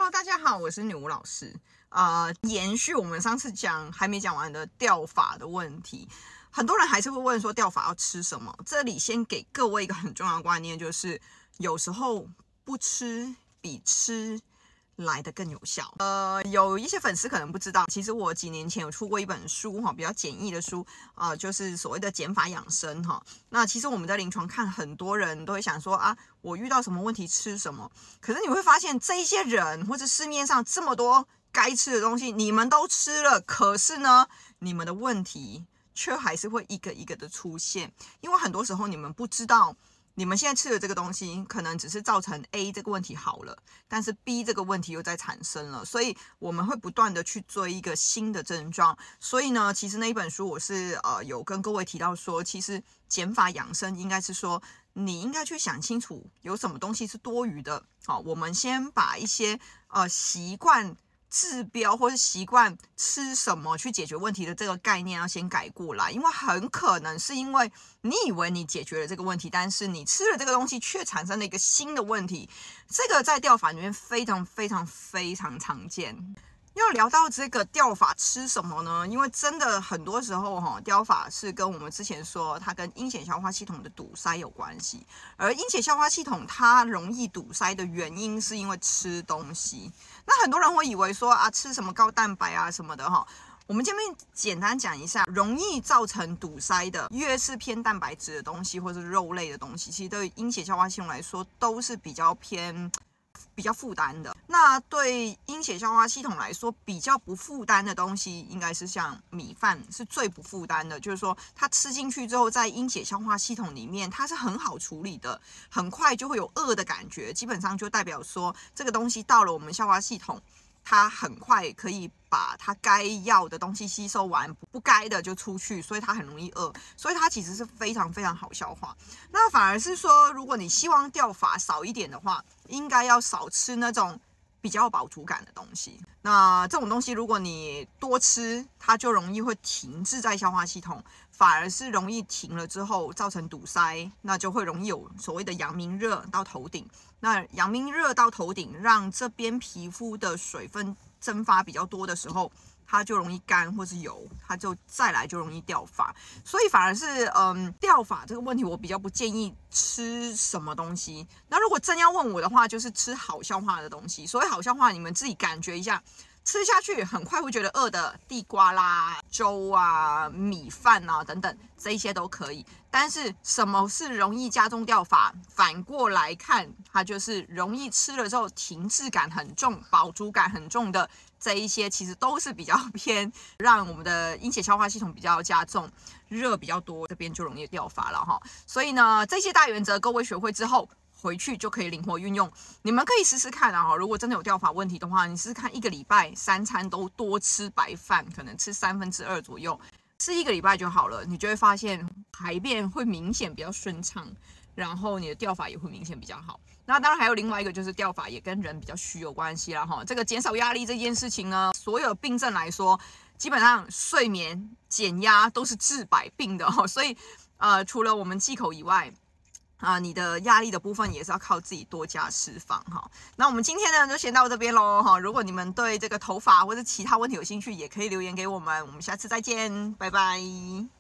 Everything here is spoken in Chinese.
Hello， 大家好，我是女巫老师。延续我们上次还没讲完的掉发的问题，很多人还是会问说掉发要吃什么？这里先给各位一个很重要的观念，就是有时候不吃比吃来的更有效。有一些粉丝可能不知道，其实我几年前有出过一本书比较简易的书，就是所谓的减法养生哈。那其实我们在临床看，很多人都会想说啊，我遇到什么问题吃什么。可是你会发现，这一些人或者市面上这么多该吃的东西，你们都吃了，可是呢，你们的问题却还是会一个一个的出现，因为很多时候你们不知道。你们现在吃的这个东西，可能只是造成 A 这个问题好了，但是 B 这个问题又在产生了，所以我们会不断的去追一个新的症状。所以呢，其实那一本书我是有跟各位提到说，其实减法养生应该是说，你应该去想清楚有什么东西是多余的。好，我们先把一些习惯。治标或是习惯吃什么去解决问题的这个概念要先改过来，因为很可能是因为你以为你解决了这个问题，但是你吃了这个东西却产生了一个新的问题，这个在掉发里面非常常见。要聊到这个掉发吃什么呢？因为真的很多时候掉发是跟我们之前说它跟阴血消化系统的堵塞有关系，而阴血消化系统它容易堵塞的原因是因为吃东西。那很多人会以为说吃什么高蛋白什么的我们这边简单讲一下，容易造成堵塞的，越是偏蛋白质的东西或是肉类的东西，其实对于阴血消化系统来说都是比较负担的。那对阴血消化系统来说比较不负担的东西，应该是像米饭是最不负担的，就是说它吃进去之后，在阴血消化系统里面它是很好处理的，很快就会有饿的感觉，基本上就代表说这个东西到了我们消化系统，它很快可以把它该要的东西吸收完，不该的就出去，所以它很容易饿，所以它其实是非常好消化。那反而是说，如果你希望掉发少一点的话，应该要少吃那种比较有饱足感的东西。那这种东西如果你多吃，它就容易会停滞在消化系统，反而是容易停了之后造成堵塞，那就会容易有所谓的阳明热到头顶。那阳明热到头顶，让这边皮肤的水分蒸发比较多的时候，它就容易干或是油，它就再来就容易掉发。所以反而是掉发这个问题，我比较不建议吃什么东西。那如果真要问我的话，就是吃好消化的东西。所谓好消化，你们自己感觉一下，吃下去很快会觉得饿的，地瓜啦、粥米饭等等，这一些都可以。但是什么是容易加重掉发？反过来看，它就是容易吃了之后停滞感很重、饱足感很重的这一些，其实都是比较偏让我们的阴血消化系统比较加重，热比较多，这边就容易掉发了所以呢，这些大原则各位学会之后，回去就可以灵活运用。你们可以试试看如果真的有掉发问题的话，你试试看1个礼拜3餐都多吃白饭，可能吃2/3左右，吃1个礼拜就好了，你就会发现排便会明显比较顺畅，然后你的掉发也会明显比较好。那当然还有另外一个，就是掉发也跟人比较虚有关系啦这个减少压力这件事情呢，所有病症来说，基本上睡眠减压都是治百病的所以除了我们忌口以外，你的压力的部分也是要靠自己多加释放那我们今天呢就先到这边咯如果你们对这个头发或者其他问题有兴趣，也可以留言给我们。我们下次再见，拜拜。